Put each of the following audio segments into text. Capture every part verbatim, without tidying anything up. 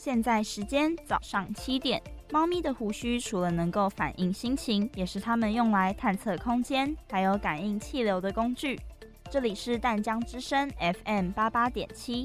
现在时间早上七点。猫咪的胡须除了能够反映心情，也是它们用来探测空间还有感应气流的工具。这里是淡江之声 F M 八八点七。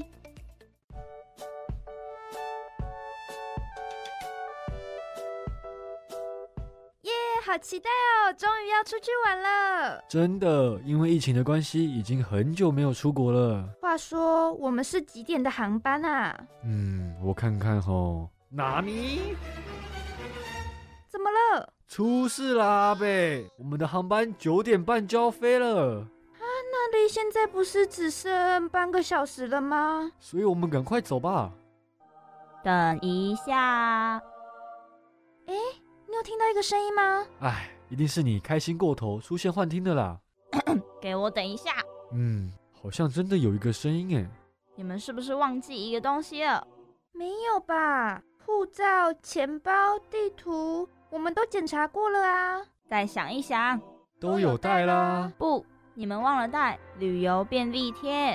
耶，好期待哦！终于要出去玩了。 真的，因为疫情的关系，已经很久没有出国了。 话说，我们是几点的航班啊？ 嗯，我看看吼。纳尼？ 怎么了？ 出事啦，阿贝！我们的航班九点半就要飞了。 啊，那离现在不是只剩半个小时了吗？ 所以我们赶快走吧。 等一下。 诶，你有听到一个声音吗？ 哎，一定是你开心过头出现幻听的啦。 给我等一下。 嗯，好像真的有一个声音诶。 你们是不是忘记一个东西了？ 没有吧？护照、钱包、地图，我们都检查过了啊。 再想一想。 都有带啦。 不，你们忘了带旅游便利贴。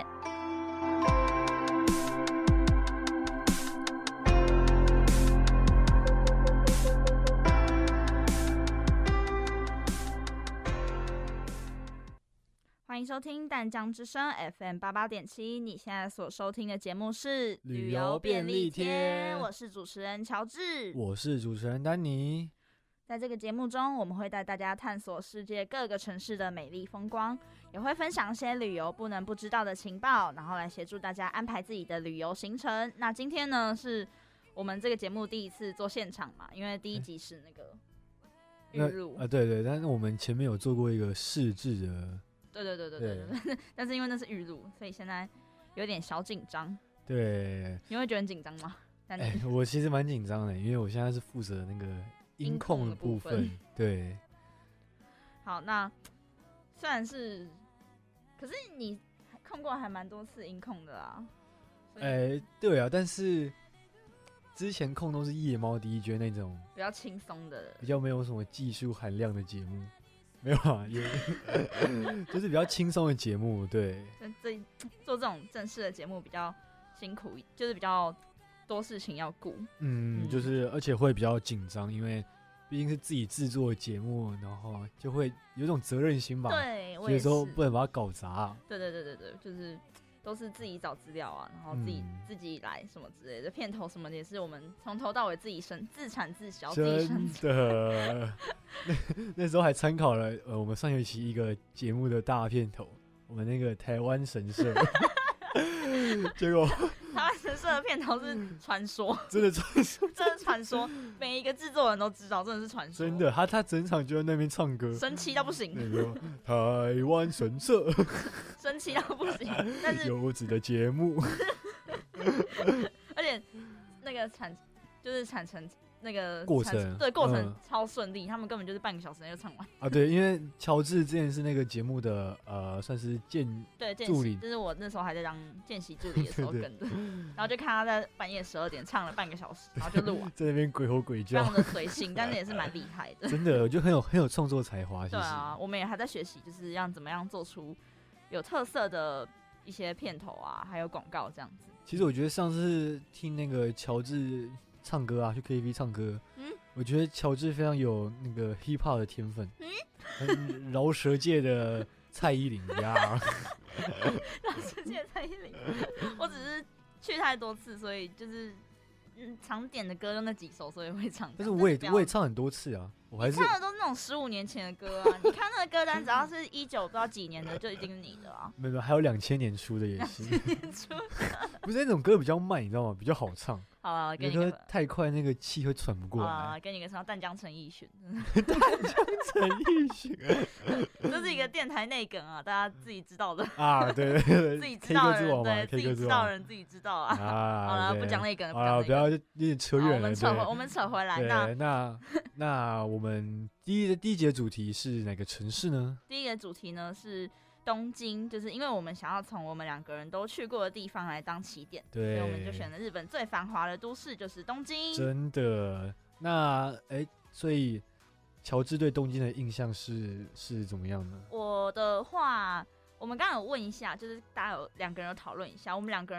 欢迎收听淡江之声 F M 八八点七，你现在所收听的节目是旅游便利贴， 我是主持人乔治， 我是主持人丹尼。 在这个节目中，我们会带大家探索世界各个城市的美丽风光，也会分享一些旅游不能不知道的情报，然后来协助大家安排自己的旅游行程。那今天呢，是我们这个节目第一次做现场嘛，因为第一集是那个预录啊，对对，但是我们前面有做过一个试制的。 对对对对对 对, 对, 对但是因为那是预录，所以现在有点小紧张。 对， 你会觉得很紧张吗？ 欸、我其实蛮紧张的，因为我现在是负责那个音控的部分。部分对， 好，那虽然是，可是你控过还蛮多次音控的啊。 哎、欸，对啊，但是之前控都是夜猫 D J 那种比较轻松的， 比较没有什么技术含量的节目。没有啊，也就是比较轻松的节目，对。 这做这种正式的节目比较辛苦，就是比较多事情要顾。 嗯，嗯就是而且会比较紧张，因为毕竟是自己制作的节目，然后就会有一种责任心吧。 对，我也是。 所以说不能把它搞砸。 对对对对对，就是都是自己找资料啊，然后自己、嗯、自己来什么之类的，片头什么的也是我们从头到尾自己生自产自销，自己生真的。那, 那时候还参考了呃我们上学期一个节目的大片头，我们那个台湾神社，结果台湾神社的片头是传说， 真的传说， 真的传说，每一个制作人都知道，真的是传说。 真的，他他整场就在那边唱歌， 神奇到不行。 那个台湾神社， 神奇到不行，但是优质的节目， 而且那个产就是产成。那个过程对过程超顺利、嗯，他们根本就是半个小时内就唱完啊！对，因为乔治之前是那个节目的呃，算是见对助理， 就是我那时候还在当见习助理的时候跟的，然后就看他在半夜十二点唱了半个小时，然后就录完， 在那边鬼吼鬼叫， 非常的随性，但是也是蛮厉害的， 真的，就很有很有创作才华。 对啊，我们也还在学习，就是要怎么样做出有特色的一些片头啊，还有广告这样子。 其实我觉得上次听那个乔治唱歌啊，去 K T V 唱歌，嗯，我觉得乔治非常有那个 hip hop 的天分，嗯，饶舌界的蔡依林呀， 饶舌界的蔡依林，我只是去太多次，所以就是嗯常点的歌就那几首，所以会唱。 但是我也我也唱很多次啊，我还是唱的都是那种十五年前的歌啊，你看那个歌单，只要是一九不知道几年的，就一定是你的啊。 没有，还有两千年出的也是， 两千年出的， 不是那种歌比较慢，你知道吗？比较好唱。 好了，给你个太快，那个气会喘不过来。 啊，给你个什么淡江陈奕迅？ 淡江陈奕迅， 这是一个电台内梗啊，大家自己知道的啊，对对对， 自己知道的人，对， 自己知道的人自己知道啊。 啊好了，不讲内梗，不讲内梗，不要有点扯远了。 我们扯回，我们扯回来。那那那我们第一第一节主题是哪个城市呢？ 第一个主题呢是东京，就是因为我们想要从我们两个人都去过的地方来当起点， 对， 所以我们就选了日本最繁华的都市，就是东京。 真的？那哎，所以乔治对东京的印象是是怎么样呢？ 我的话，我们刚刚有问一下，就是大家有两个人有讨论一下，我们两个人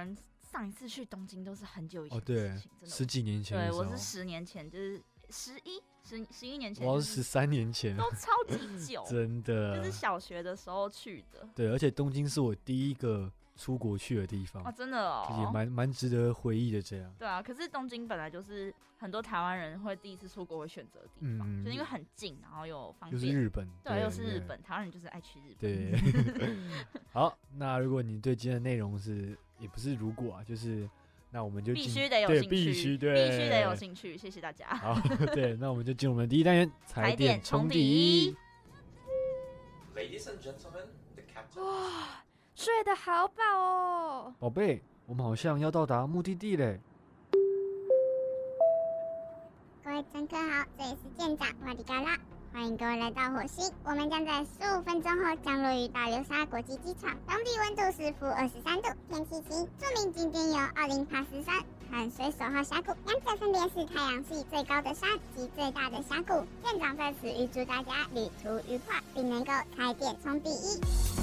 上一次去东京都是很久以前哦， 的对事情，真的十几年前的对， 时候， 我是十年前，就是十一十十一年前， 我是十三年前， 都超级久， 真的， 就是小学的时候去的。 对，而且东京是我第一个出国去的地方， 哦，真的哦， 也蛮蛮值得回忆的。这样， 对啊，可是东京本来就是很多台湾人会第一次出国会选择的地方， 嗯就是因为很近，然后又方又便。 是日本， 对，又是日对本，台湾人就是爱去日本。 对，好，那如果你对今天的内容是，也不是如果啊，就是那我们就进必须得有对兴趣， 必须对必须得有兴趣。谢谢大家。 好，对，那我们就进入我们的第一单元，踩点冲第一。 Ladies and gentlemen, the captain. 哇，睡得好饱哦。 宝贝，我们好像要到达目的地嘞。 各位乘客好，这里是舰长瓦迪嘎拉，欢迎各位来到火星。我们将在十五分钟后降落于大流沙国际机场，当地温度是负二十三度，天气晴。著名景点有奥林帕斯山和水手号峡谷，两者分别是太阳系最高的山及最大的峡谷。舰长在此预祝大家旅途愉快，并能够踩点冲第一。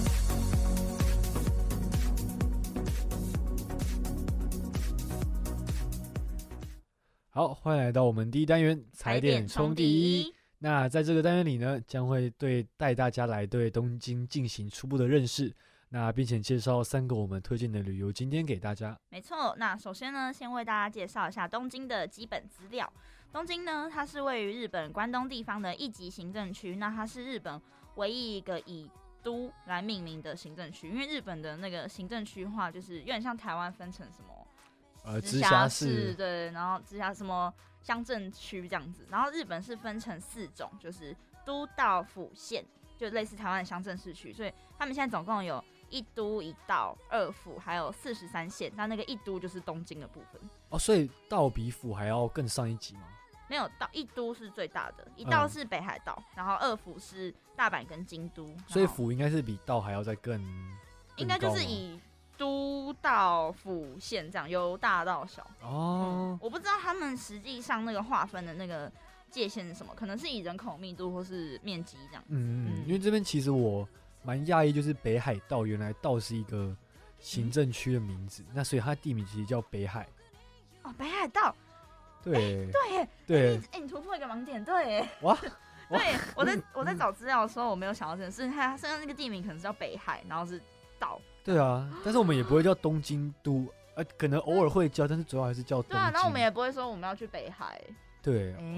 好，欢迎来到我们第一单元踩点冲第一。那在这个单元里呢，将会对带大家来对东京进行初步的认识，那并且介绍三个我们推荐的旅游景点给大家。 没错，那首先呢，先为大家介绍一下东京的基本资料。东京呢，它是位于日本关东地方的一级行政区，那它是日本唯一一个以都来命名的行政区，因为日本的那个行政区划就是有点像台湾分成什么呃， 直直辖市， 市， 对，然后直辖什么乡镇区这样子，然后日本是分成四种，就是都道府县，就类似台湾的乡镇市区，所以他们现在总共有一都一道二府，还有四十三县，那那个一都就是东京的部分。 哦，所以道比府还要更上一级吗？ 没有到一都是最大的，一道嗯是北海道，然后二府是大阪跟京都， 所以然后府应该是比道还要再更， 应该就更高吗是以都道府县这样由大到小。 哦嗯，我不知道他们实际上那个划分的那个界限是什么，可能是以人口密度或是面积这样。 嗯， 嗯因为这边其实我蛮讶异，就是北海道原来道是一个行政区的名字，那所以它地名其实叫北海。 哦，北海道， 对对耶， 对哎、你你突破一个盲点，对耶， 哇，哇对，我在我在找资料的时候，我没有想到这件事，它虽然那个地名可能是叫北海，然后是道， 对啊，但是我们也不会叫东京都，呃，可能偶尔会叫，但是主要还是叫东京。 对啊，然后我们也不会说我们要去北海， 对， 哎、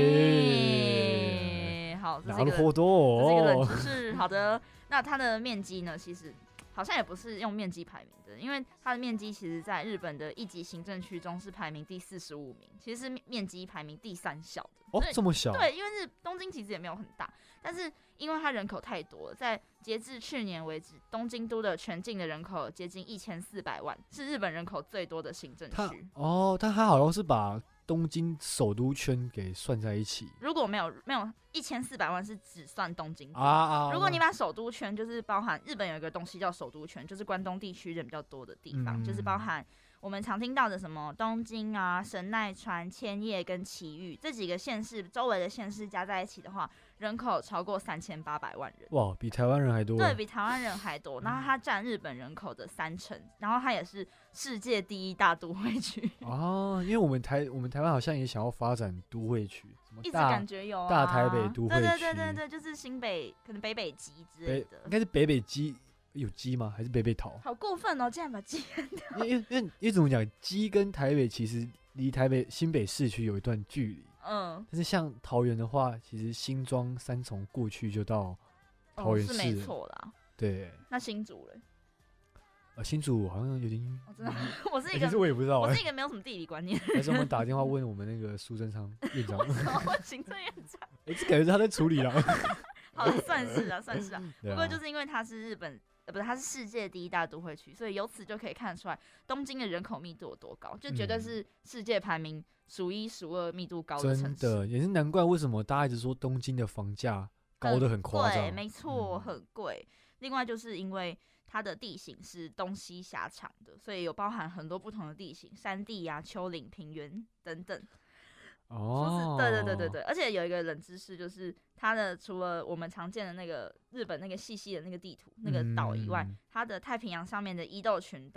喂， 好，这拿是一个了好多这是一个冷哦。 知识。好的，那它的面积呢，其实好像也不是用面积排名的，因为它的面积其实在日本的一级行政区中是排名第四十五名，其实是面积排名第三小的。 哦所以， 这么小？ 对，因为日东京其实也没有很大，但是因为它人口太多了，在截至去年为止，东京都的全境的人口有接近一千四百万，是日本人口最多的行政它区。 哦，但它好像是把东京首都圈给算在一起如果没有没有一千四百万是只算东京都啊啊。 如果你把首都圈，就是包含日本有一个东西叫首都圈，就是关东地区人比较多的地方， 嗯就是包含我们常听到的什么东京啊、神奈川、千叶跟埼玉这几个县市周围的县市加在一起的话，人口超过三千八百万人。 哇，比台湾人还多。 对比台湾人还多，然后它占日本人口的三成，然后它也是世界第一大都会区， 哦，因为我们台我们台湾好像也想要发展都会区，什么一直大感觉有、啊、 大台北都会对对区对对对，就是新北可能北北基之类北的应。该是北北基有基吗？还是北北桃？ 好过分哦！竟然把基因为因为因为因为怎么讲，基跟台北其实离台北新北市区有一段距离， 嗯， 但是像桃园的话，其实新庄三重过去就到桃哦园市了。 是没错啦。 对， 那新竹嘞？ 呃，新竹好像有点， 我真的，我是一个欸其实我也不知道我哎、 是一个没有什么地理观念的还是我们打电话问我们那个苏贞昌院长，哎、 行政院长。 这感觉是他在处理了。 好了，算是啊，算是啊。 对啊不过就是因为它是日本，呃，不是，它是世界第一大都会区，所以由此就可以看得出来东京的人口密度有多高，就绝对嗯是世界排名数一数二密度高的真城市。 的也是难怪为什么大家一直说东京的房价高的很夸对， 张。 没错， 嗯很贵。另外就是因为它的地形是东西狭长的，所以有包含很多不同的地形，山地啊、丘陵、平原等等。说哦是，对对对对对，而且有一个冷知识，就是它的除了我们常见的那个日本那个细细的那个地图那个岛以外， 嗯它的太平洋上面的伊豆群岛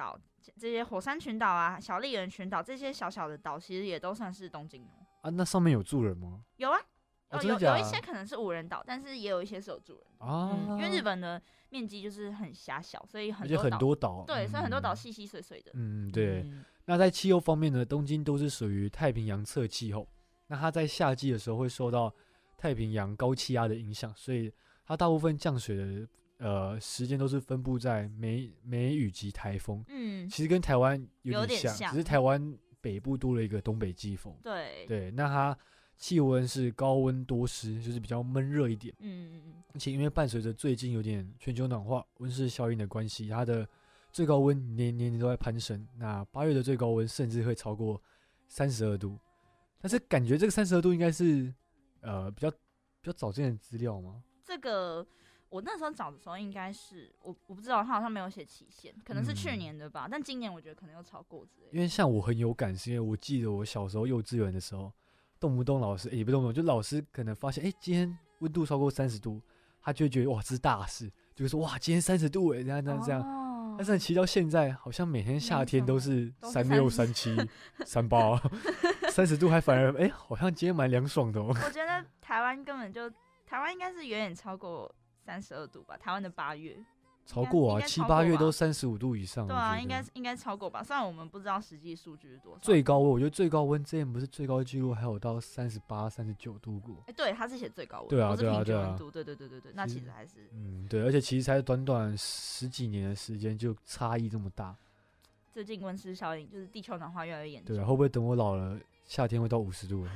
这些火山群岛啊、小笠原群岛这些小小的岛，其实也都算是东京哦。 啊，那上面有住人吗？ 有啊， 哦、 有有有一些可能是无人岛，但是也有一些是有住人的啊、 嗯，因为日本的面积就是很狭小，所以很而且多很多岛， 对， 嗯、 所以很多岛细细碎碎的。 嗯，对。 嗯、 那在气候方面呢，东京都是属于太平洋侧气候。那它在夏季的时候会受到太平洋高气压的影响，所以它大部分降水的呃时间都是分布在梅梅雨及台风。 嗯， 其实跟台湾有点像， 有点像只是台湾北部多了一个东北季风。 对对，那它气温是高温多湿，就是比较闷热一点。 嗯嗯嗯。 而且因为伴随着最近有点全球暖化、温室效应的关系，它的最高温年年年都在攀升。那八月的最高温甚至会超过三十二度。但是感觉这个三十二度应该是呃比较比较早之前的资料吗？ 这个我那时候找的时候应该是我我不知道，他好像没有写期限，可能是去年的吧。嗯、但今年我觉得可能又超过之类的。 因为像我很有感，是因为我记得我小时候幼稚园的时候，动不动老师也、欸、不动不动就老师可能发现哎、欸、今天温度超过三十度，他就会觉得哇这是大事，就会说哇今天三十度哎这样这样这样。哦但是其实到现在，好像每天夏天都是三六、三七、三八，三十度还反而哎、欸，好像今天蛮凉爽的哦。 我觉得台湾根本就台湾应该是远远超过三十二度吧，台湾的八月超过啊，七八月都三十五度以上。 对啊，应该应该超过吧，虽然我们不知道实际数据是多少。 最高温，我觉得最高温之前不是最高纪录还有到三十八、三十九度过。 哎、欸，对，他是写最高温， 对啊， 不是平均温度，对对对对对，那其实还是嗯对，而且其实才短短十几年的时间就差异这么大。 最近温室效应就是地球暖化越来越严重。 对啊，会不会等我老了，夏天会到五十度？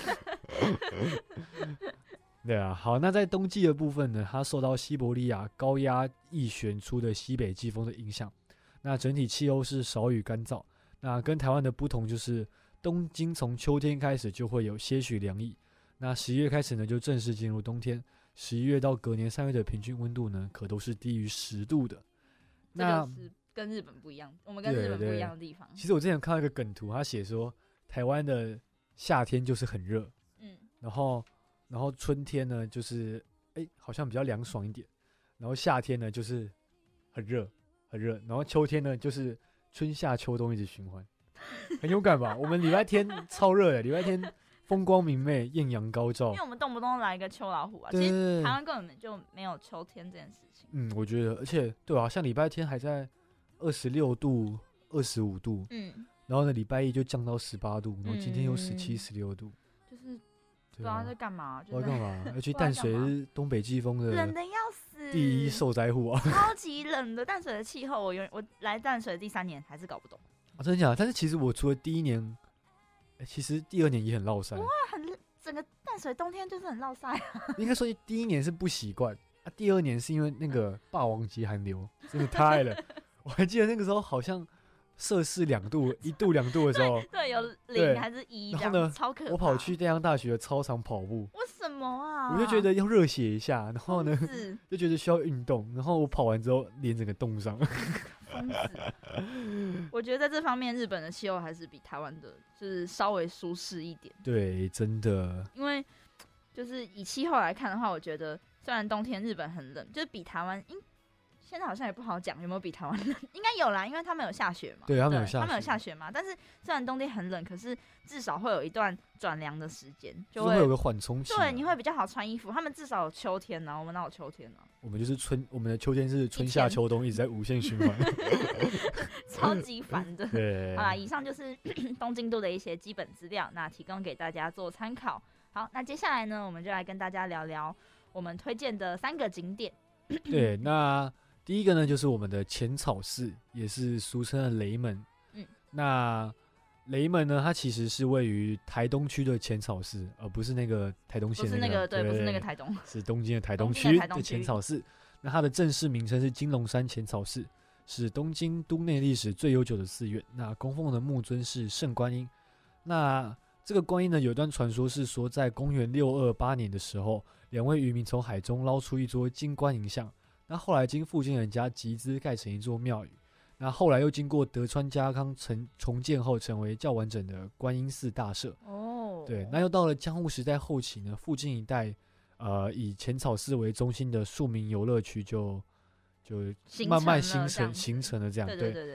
对啊，好，那在冬季的部分呢，它受到西伯利亚高压翼旋出的西北季风的影响，那整体气候是少雨干燥。那跟台湾的不同就是，东京从秋天开始就会有些许凉意，那十一月开始呢就正式进入冬天，十一月到隔年三月的平均温度呢，可都是低于十度的。那这就是跟日本不一样，我们跟日本不一样的地方。 其实我之前看到一个梗图，他写说台湾的夏天就是很热，嗯，然后。然后春天呢，就是哎，好像比较凉爽一点。然后夏天呢，就是很热，很热。然后秋天呢，就是春夏秋冬一直循环，很有感吧？我们礼拜天超热的，礼拜天风光明媚，艳阳高照。 因为我们动不动来一个秋老虎啊， 对对对其实台湾根本就没有秋天这件事情。 嗯，我觉得，而且对啊，像礼拜天还在二十六度、二十五度，嗯，然后呢，礼拜一就降到十八度，然后今天又十七、十六度， 就是。不知道在干嘛， 不知道干嘛？而且淡水是东北季风的， 冷的要死， 第一受灾户啊！ 超级冷的淡水的气候，我有我来淡水第三年还是搞不懂。 啊，真的假的？但是其实我除了第一年，欸、其实第二年也很落晒。 哇，很整个淡水冬天就是很落晒啊。 应该说第一年是不习惯啊，第二年是因为那个霸王级寒流真的太冷，我还记得那个时候好像。摄氏两度、一度、两度的时候， 对, 对，有零还是一， 然后呢， 超可怕。 我跑去淡江大学的操场跑步， 为什么啊？ 我就觉得要热血一下，然后呢，就觉得需要运动，然后我跑完之后脸整个冻伤。 疯子！我觉得在这方面，日本的气候还是比台湾的，就是稍微舒适一点。 对，真的。 因为就是以气候来看的话，我觉得虽然冬天日本很冷，就是比台湾应。现在好像也不好讲有没有比台湾冷，应该有啦，因为他们有下雪嘛。 对，他们有下雪， 他们有下雪嘛。但是虽然冬天很冷，可是至少会有一段转凉的时间，就会、 就是、会有个缓冲期、啊。 对，你会比较好穿衣服。他们至少有秋天呢、啊，我们哪有秋天呢、啊？ 我们就是春，我们的秋天是春夏秋冬一直在无限循环， 超级烦的。 对， 好啦，以上就是东京都的一些基本资料，那提供给大家做参考。好，那接下来呢，我们就来跟大家聊聊我们推荐的三个景点。 对，那。第一个呢，就是我们的浅草寺，也是俗称的雷门。嗯，那雷门呢，它其实是位于台东区的浅草寺，而不是那个台东县、那個。 不是那个，对， 對不是那个台东， 是东京的台东区的浅草寺。那它的正式名称是金龙山浅草寺，是东京都内历史最悠久的寺院。那供奉的木尊是圣观音。那这个观音呢，有一段传说是说，在公元六二八年的时候，两位渔民从海中捞出一座金观音像。那后来经附近人家集资盖成一座庙宇，那后来又经过德川家康重重建后，成为较完整的观音寺大社。哦，对，那又到了江户时代后期呢，附近一带，呃，以浅草寺为中心的庶民游乐区就就慢慢形成形成了这样。 对对对对对。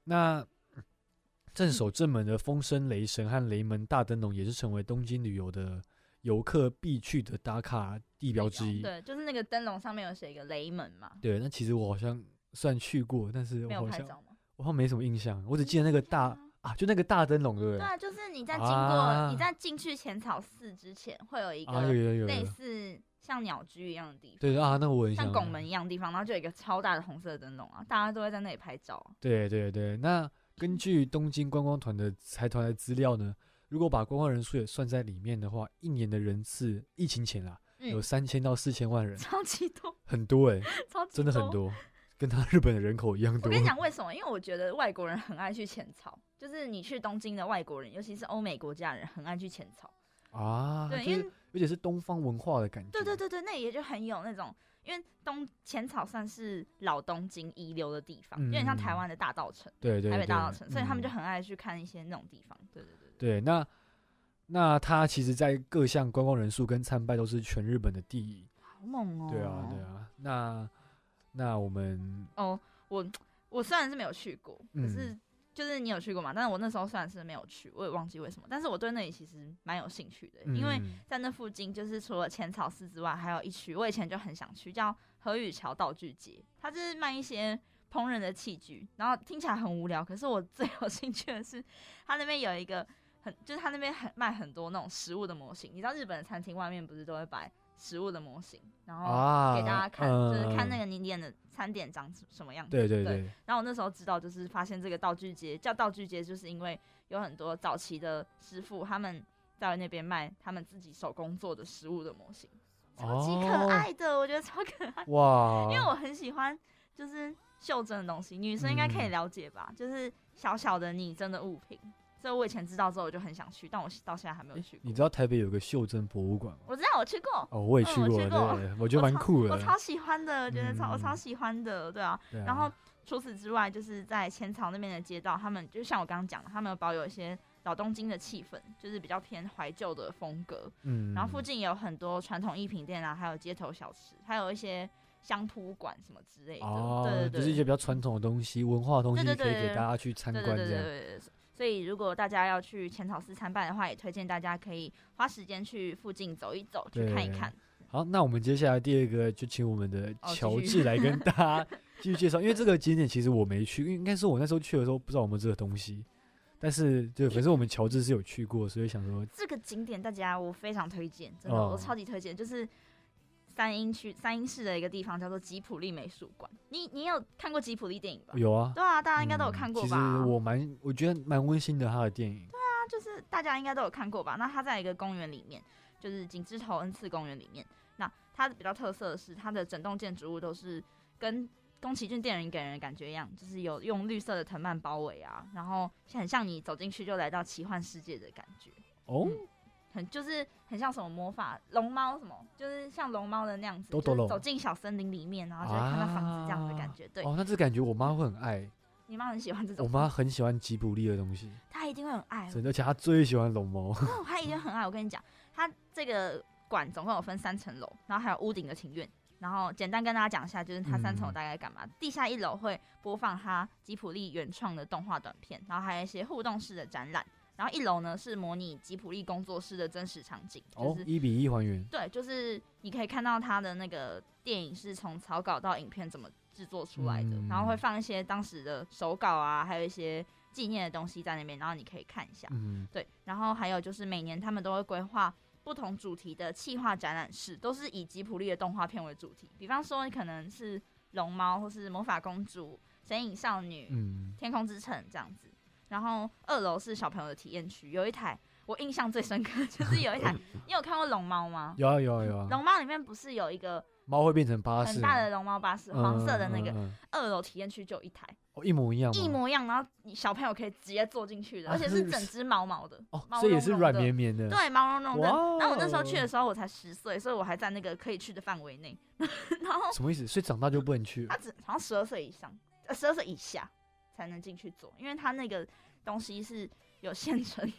那镇守正门的风声雷神和雷门大灯笼也是成为东京旅游的游客必去的打卡地标之一。 对，就是那个灯笼上面有写一个雷门嘛。 对，那其实我好像虽然去过，但是我没有好像拍照吗？ 我好像没什么印象，我只记得那个大啊，就那个大灯笼，对不对？ 对啊，就是你在经过、 啊、 你在进去浅草寺之前，会有一啊，有个有有有类似像鸟居一样的地方。 对啊，那我很像拱门一样的地方，然后就有一个超大的红色的灯笼啊，大家都会在那里拍照、啊。 对对对，那根据东京观光团的财团的资料呢，如果把观光人数也算在里面的话，一年的人次，疫情前啦， 嗯、 有三千到四千万人， 超级多， 很多哎、欸， 超级多真的很多，跟他日本的人口一样多。 我跟你讲为什么？因为我觉得外国人很爱去浅草，就是你去东京的外国人，尤其是欧美国家人，很爱去浅草啊。 对， 就是因为而且是东方文化的感觉。 对对对对，那也就很有那种。因为东浅草算是老东京遗留的地方，有点、嗯、像台湾的大稻埕， 对对对， 台北大稻埕，所以他们就很爱去看一些那种地方。对对对对，那那它其实，在各项观光人数跟参拜都是全日本的第一， 好猛哦！ 对啊对啊，那那我们哦，我我虽然是没有去过，可是、嗯。就是你有去过嘛？但是我那时候虽然是没有去，我也忘记为什么，但是我对那里其实蛮有兴趣的，嗯、因为在那附近就是除了浅草寺之外，还有一区我以前就很想去，叫河宇桥道具街，它就是卖一些烹饪的器具，然后听起来很无聊，可是我最有兴趣的是，它那边有一个很，就是它那边很卖很多那种食物的模型，你知道日本的餐厅外面不是都会摆食物的模型，然后给大家看，啊、就是看那个你点的餐点长什么样子。 对对 对, 对。然后我那时候知道，就是发现这个道具街叫道具街，就是因为有很多早期的师傅他们在那边卖他们自己手工做的食物的模型，超级可爱的，哦、我觉得超可爱。哇！因为我很喜欢就是袖珍的东西，女生应该可以了解吧？嗯、就是小小的拟真的物品。所以我以前知道之后我就很想去，但我到现在还没有去过。 你知道台北有个袖珍博物馆吗？ 我知道，我去过。 哦，我也去过，嗯、我, 去过对我觉得蛮酷的。 我 超, 我超喜欢的，我觉得超、嗯、我超喜欢的，对啊。对啊，然后除此之外，就是在浅草那边的街道，他们就像我刚刚讲的，他们有保有一些老东京的气氛，就是比较偏怀旧的风格。嗯。然后附近也有很多传统艺品店啊，还有街头小吃，还有一些相扑馆什么之类的。哦，对对对， 就是一些比较传统的东西、文化的东西，可以给大家去参观这样。 对对对对对对。所以，如果大家要去浅草寺参拜的话，也推荐大家可以花时间去附近走一走，去看一看。 好，那我们接下来第二个就请我们的乔治来跟大家继续介绍，因为这个景点其实我没去，因为应该是我那时候去的时候不知道我们这个东西，但是对，反正我们乔治是有去过，所以想说这个景点大家我非常推荐，真的，哦、我超级推荐，就是三鹰区三鹰市的一个地方叫做吉普力美术馆。你你有看过吉普力电影吧？ 有啊， 对啊，大家应该都有看过吧？嗯、 其实我蛮我觉得蛮温馨的，他的电影。 对啊，就是大家应该都有看过吧？那他在一个公园里面，就是景之头恩赐公园里面。那它比较特色的是，它的整栋建筑物都是跟宫崎骏电影给人的感觉一样，就是有用绿色的藤蔓包围啊，然后很像你走进去就来到奇幻世界的感觉。哦。嗯，很就是很像什么魔法龙猫什么，就是像龙猫的那样子，就是走进小森林里面，然后就会看到房子这样的感觉。啊、对， 哦，那这感觉我妈会很爱。 你妈很喜欢这种？ 我妈很喜欢吉卜力的东西， 她一定会很爱， 而且她最喜欢龙猫。 哦，她一定很爱。我跟你讲，她这个馆总共有分三层楼，然后还有屋顶的庭院。然后简单跟大家讲一下，就是它三层楼大概干嘛？嗯、地下一楼会播放它吉卜力原创的动画短片，然后还有一些互动式的展览。然后一楼呢是模拟吉卜力工作室的真实场景，就是一比一还原。 对，就是你可以看到它的那个电影是从草稿到影片怎么制作出来的，嗯、然后会放一些当时的手稿啊，还有一些纪念的东西在那边，然后你可以看一下。嗯、对，然后还有就是每年他们都会规划不同主题的企划展览室，都是以吉卜力的动画片为主题，比方说你可能是龙猫，或是魔法公主、神隐少女、嗯、天空之城这样子。然后二楼是小朋友的体验区，有一台我印象最深刻就是有一台，你有看过龙猫吗？ 有啊有啊有啊。 龙猫里面不是有一个猫会变成巴士， 很大的龙猫巴士，黄色的那个，嗯嗯嗯、二楼体验区就有一台。 哦，一模一样吗？ 一模一样，然后你小朋友可以直接坐进去的，啊、而且是整只毛毛的， 哦， 毛茸茸的， 所以也是软绵绵的， 对，毛茸茸的。然后我那时候去的时候我才十岁，所以我还在那个可以去的范围内。然后什么意思？所以长大就不能去了？ 他只好像十二岁以上，呃，十二岁以下才能进去坐，因为他那个东西是有现成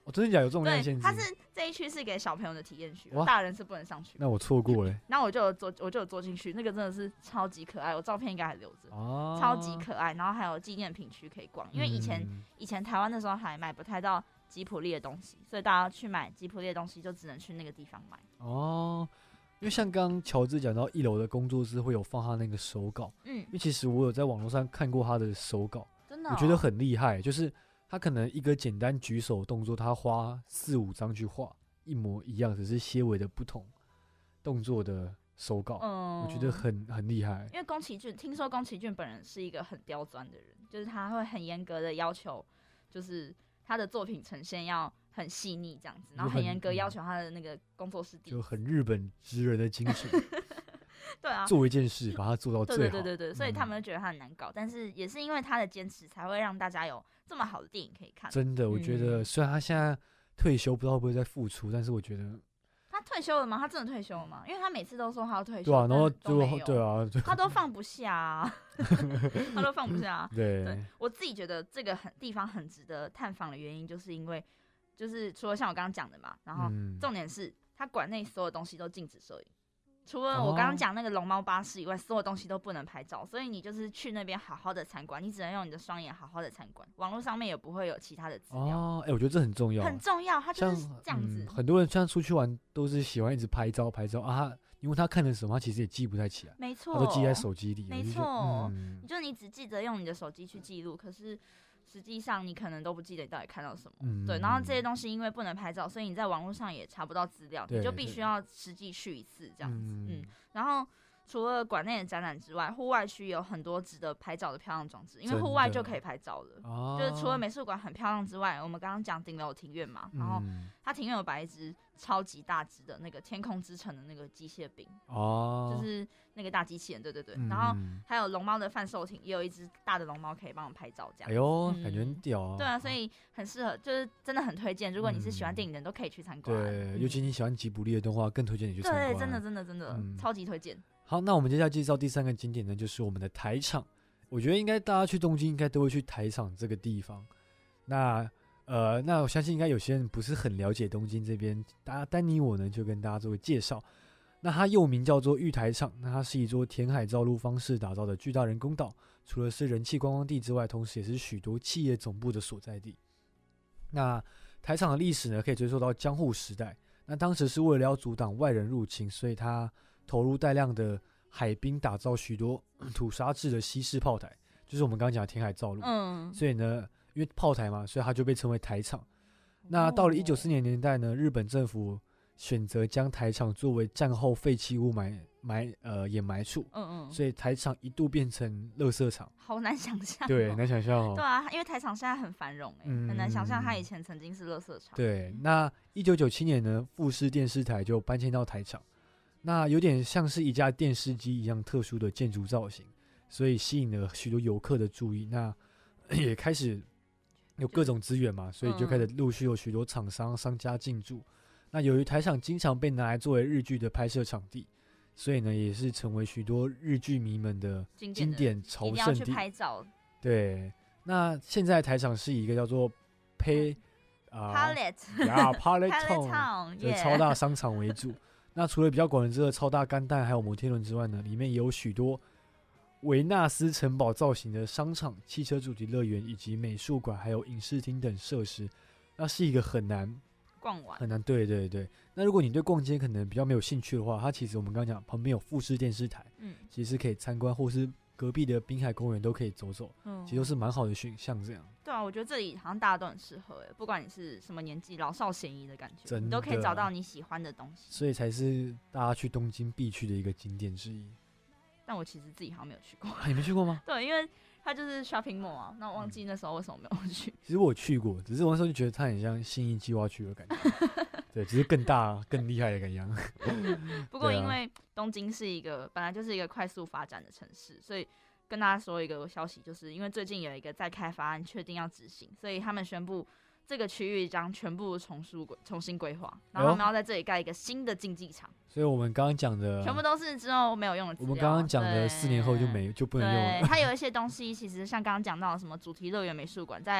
哦，真的假的有重量对， 限制？ 它是这一区是给小朋友的体验区， 哇大人是不能上去。 那我错过了。 然后我就有坐，我就有坐进去，那个真的是超级可爱，我照片应该还留着， 哦， 超级可爱。然后还有纪念品区可以逛，因为以前、 嗯以前台湾那时候还买不太到吉普力的东西，所以大家去买吉普力的东西就只能去那个地方买。 哦，因为像刚刚乔治讲到一楼的工作室会有放他那个手稿， 嗯因，为其实我有在网络上看过他的手稿， 真的、哦， 我觉得很厉害，就是他可能一个简单举手动作，他花四五张去画一模一样，只是些微的不同动作的手稿， 嗯， 我觉得很很厉害。 因为宫崎骏，听说宫崎骏本人是一个很刁钻的人，就是他会很严格的要求，就是他的作品呈现要很细腻这样子，然后很严格要求他的那个工作室地就很日本职人的精神， 对啊， 做一件事把它做到对最好。 对对对对，所以他嗯们觉得他很难搞，但是也是因为他的坚持，才会让大家有这么好的电影可以看。 真的，我觉得嗯虽然他现在退休，不知道会不会再复出，但是我觉得他退休了吗？他真的退休了吗？因为他每次都说他要退休， 对啊，然后就但是都没有对，啊，就他都放不下、啊，他都放不下、啊。 对对我自己觉得这个很地方很值得探访的原因，就是因为就是除了像我刚刚讲的嘛，然后嗯重点是他馆内所有东西都禁止摄影。除了我刚刚讲那个龙猫巴士以外，所有东西都不能拍照，所以你就是去那边好好的参观，你只能用你的双眼好好的参观，网络上面也不会有其他的资料， 哦，哎、我觉得这很重要， 很重要，它就像是这样子。 嗯，很多人像出去玩都是喜欢一直拍照拍照啊，他因为他看了什么，他其实也记不太起来， 没错， 他都记在手机里。 没我就觉得错嗯， 就你只记得用你的手机去记录，可是实际上你可能都不记得你到底看到什么。 嗯对，然后这些东西因为不能拍照，所以你在网络上也查不到资料， 对你就必须要实际去一次这样子。 嗯嗯，然后除了馆内的展览之外，户外区有很多值得拍照的漂亮装置，因为真户外的就可以拍照了。 哦， 就是除了美术馆很漂亮之外，我们刚刚讲顶楼庭院嘛，然后嗯它庭院有摆一只超级大只的那个天空之城的那个机械兵， 哦， 就是那个大机器人，对对对。 嗯然后还有龙猫的贩售亭，也有一只大的龙猫可以帮我们拍照，这样。 哎呦， 嗯感觉很屌啊。 对啊，所以很适合，就是真的很推荐。如果你是喜欢电影的人，都可以去参观。 对， 嗯尤其你喜欢吉卜力的动画，更推荐你去参观。 对，真的真的真的、 嗯超级推荐。 好，那我们接下来介绍第三个景点呢，就是我们的台场。我觉得应该大家去东京应该都会去台场这个地方。那呃，那我相信应该有些人不是很了解东京这边，大家丹尼我呢就跟大家做个介绍。那它又名叫做玉台场，那它是一座填海造陆方式打造的巨大人工岛，除了是人气观光地之外，同时也是许多企业总部的所在地。那台场的历史呢，可以追溯到江户时代。那当时是为了要阻挡外人入侵，所以它投入大量的海滨，打造许多土沙制的西式炮台，就是我们刚刚讲的填海造陆。 嗯， 所以呢，因为炮台嘛，所以它就被称为台场。那到了一九四零年代呢，日本政府选择将台场作为战后废弃物埋埋呃掩埋处， 嗯嗯， 所以台场一度变成垃圾场。 好难想象、哦。 对，难想象哦。 对啊，因为台场现在很繁荣哎、 嗯很难想象它以前曾经是垃圾场。 对，那一九九七年呢，富士电视台就搬迁到台场，那有点像是一架电视机一样特殊的建筑造型，所以吸引了许多游客的注意。那也开始有各种资源嘛，所以就开始陆续有许多厂商商家进驻。那由于台场经常被拿来作为日剧的拍摄场地，所以呢，也是成为许多日剧迷们的经经典朝一定要去圣地。 拍照。 对，那现在台场是以一个叫做 Pay 啊、 Palette 呀 Palette Palette Town Town， 的 yeah 超大商场为主。那除了比较广人知的超大干蛋还有摩天轮之外呢，里面也有许多维纳斯城堡造型的商场、汽车主题乐园以及美术馆，还有影视厅等设施。那是一个很难逛完。 很难，对对对。那如果你对逛街可能比较没有兴趣的话，它其实我们刚刚讲旁边有富士电视台， 嗯其实是可以参观，或是隔壁的滨海公园都可以走走， 嗯， 其实都是蛮好的选项。这样对啊，我觉得这里好像大家都很适合哎，不管你是什么年纪，老少咸宜的感觉， 真的你都可以找到你喜欢的东西。 所以才是大家去东京必去的一个景点之一。 但我其实自己好像没有去过。 啊，你没去过吗？ 对，因为它就是 shopping mall 啊，那我忘记那时候为什么没有去。 其实我去过，只是我那时候就觉得它很像信义计划区的感觉，对，只是更大、更厉害的感觉。 不过对啊因为东京是一个本来就是一个快速发展的城市，所以跟大家说一个消息，就是因为最近有一个再开发案确定要执行，所以他们宣布这个区域将全部重塑重新规划，然后他们要在这里盖一个新的竞技场， 所以我们刚刚讲的， 全部都是之后没有用的资料。 我们刚刚讲的对四年后就没就不能用对， 了。 它有一些东西其实像刚刚讲到的什么主题乐园、美术馆，在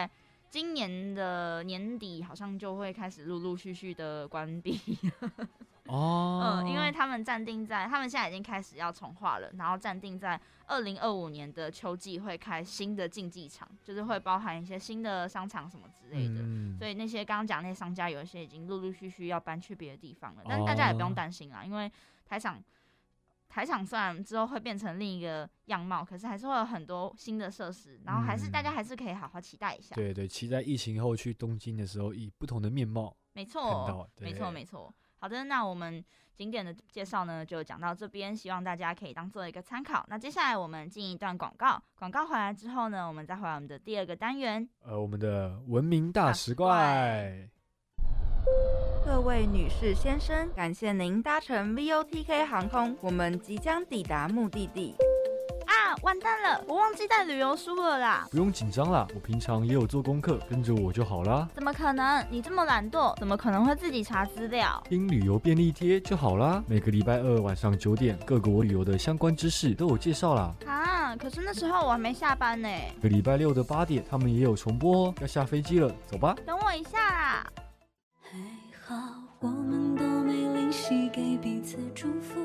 今年的年底好像就会开始陆陆续续的关闭。 哦， 嗯，因为他们暂定在，他们现在已经开始要重划了，然后暂定在二零二五年的秋季会开新的竞技场，就是会包含一些新的商场什么之类的。 嗯、 所以那些刚刚讲那些商家，有一些已经陆陆续续要搬去别的地方了，但大家也不用担心啦，因为台场台场虽然之后会变成另一个样貌，可是还是会有很多新的设施，然后还是、嗯、大家还是可以好好期待一下。 对对，期待疫情后去东京的时候，以不同的面貌没错，没错，没错。好的，那我们景点的介绍呢就讲到这边，希望大家可以当做一个参考。那接下来我们进一段广告，广告回来之后呢，我们再回来我们的第二个单元， 呃，我们的文明大食怪。 各位女士先生，感谢您搭乘 V O T K 航空，我们即将抵达目的地。 啊，完蛋了，我忘记带旅游书了啦！ 不用紧张啦，我平常也有做功课，跟着我就好啦。 怎么可能？你这么懒惰，怎么可能会自己查资料？ 听旅游便利贴就好啦。每个礼拜二晚上九点，各国旅游的相关知识都有介绍啦。 啊，可是那时候我还没下班呢。 每个礼拜六的八点，他们也有重播哦。要下飞机了，走吧。 等我一下啦。 还好我们都没灵犀给彼此祝福。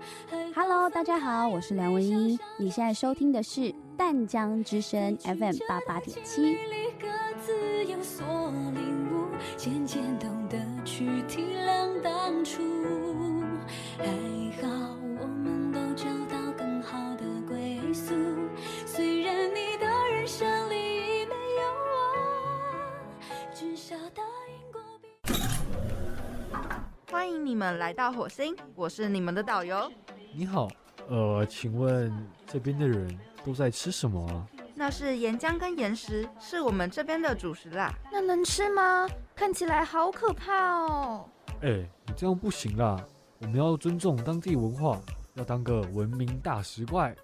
Hello， 大家好，我是梁文一，你现在收听的是淡江之声 F M 八八点七。 各自有所领悟，渐渐懂得去体谅当初。还好我们都找到更好的归宿，虽然你的人生里没有我，至少答应过彼此。 欢迎你们来到火星，我是你们的导游。 你好，呃，请问这边的人都在吃什么啊？ 那是岩浆跟岩石，是我们这边的主食啦。 那能吃吗？看起来好可怕哦。 哎、欸，你这样不行啦，我们要尊重当地文化，要当个文明大食怪。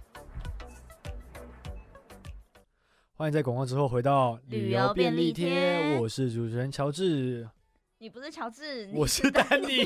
欢迎在广告之后回到旅游便利贴，我是主持人乔治。 你不是乔治， 我是丹尼。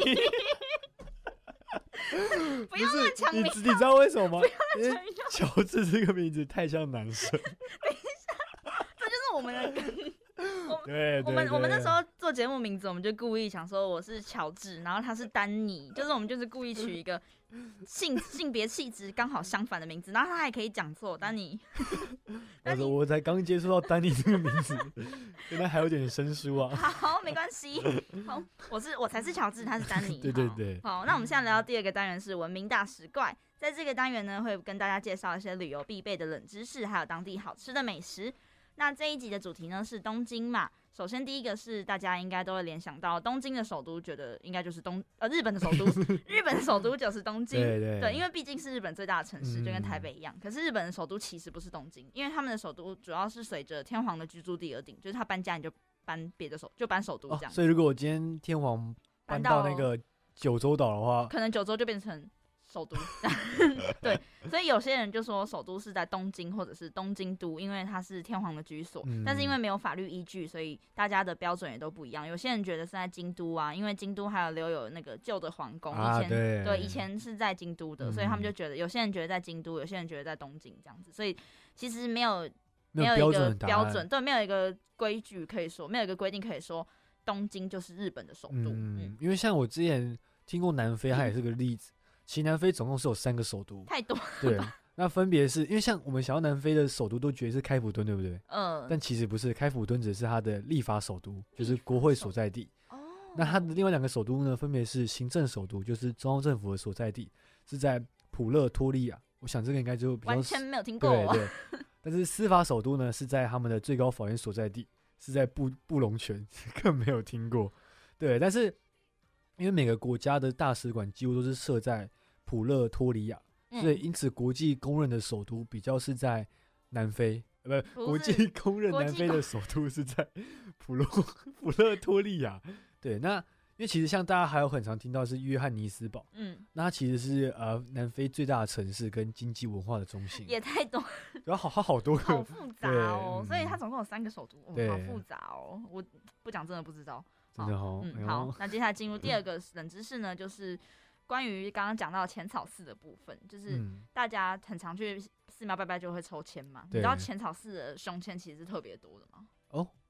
不要乱抢名， 你你知道为什么吗？ 因为乔治这个名字太像男生。 等一下，这就是我们的。我对对对， 我们我们那时候做节目名字，我们就故意想说我是乔治，然后他是丹尼，就是我们就是故意取一个性性别气质刚好相反的名字，然后他还可以讲错丹尼。 但是我才刚接触到丹尼这个名字，原来还有点生疏啊。 好，没关系。好，我是我才是乔治，他是丹尼。 对对对。 好，好，那我们现在聊到第二个单元是文明大食怪，在这个单元呢，会跟大家介绍一些旅游必备的冷知识，还有当地好吃的美食。那这一集的主题呢是东京嘛。首先第一个是大家应该都会联想到东京的首都，觉得应该就是东呃日本的首都，日本的首都就是东京。 对对对，因为毕竟是日本最大的城市， 嗯、 就跟台北一样。可是日本的首都其实不是东京，因为他们的首都主要是随着天皇的居住地而定，就是他搬家你就搬别的首，就搬首都这样、哦。 所以如果我今天天皇搬到那个九州岛的话， 可能九州就变成首都。对，所以有些人就说首都是在东京或者是东京都，因为它是天皇的居所、嗯、但是因为没有法律依据，所以大家的标准也都不一样。有些人觉得是在京都啊，因为京都还有留有那个旧的皇宫、啊、以前 对, 对以前是在京都的、嗯、所以他们就觉得有些人觉得在京都，有些人觉得在东京这样子，所以其实没有没有一个标准，对，没有一个规矩可以说，没有一个规定可以说东京就是日本的首都。嗯嗯、因为像我之前听过南非，它也是个例子。其实南非总共是有三个首都， 太多了。 对，那分别是因为像我们想要南非的首都都觉得是开普敦，对不对？ 嗯。 但其实不是，开普敦只是它的立法首都，就是国会所在地。哦。那它的另外两个首都呢，分别是行政首都，就是中央政府的所在地，是在普勒托利亚。我想这个应该就比较完全没有听过。 对对。但是司法首都呢，是在他们的最高法院所在地，是在布布隆泉，更没有听过。对，但是。因为每个国家的大使馆几乎都是设在普勒托利亚、嗯，所以因此国际公认的首都比较是在南非，呃，不，国际公认南非的首都是在普勒普勒托利亚。对，那因为其实像大家还有很常听到是约翰尼斯堡，嗯，那它其实是呃南非最大的城市跟经济文化的中心， 也太多， 然后好好多个， 好复杂哦，所以它总共有三个首都，哦、好复杂哦，我不讲真的不知道。 真的好， 嗯，好，那接下来进入第二个冷知识呢，就是关于刚刚讲到浅草寺的部分，就是大家很常去寺庙拜拜就会抽签嘛，你知道浅草寺的胸签其实是特别多的吗？ 哦，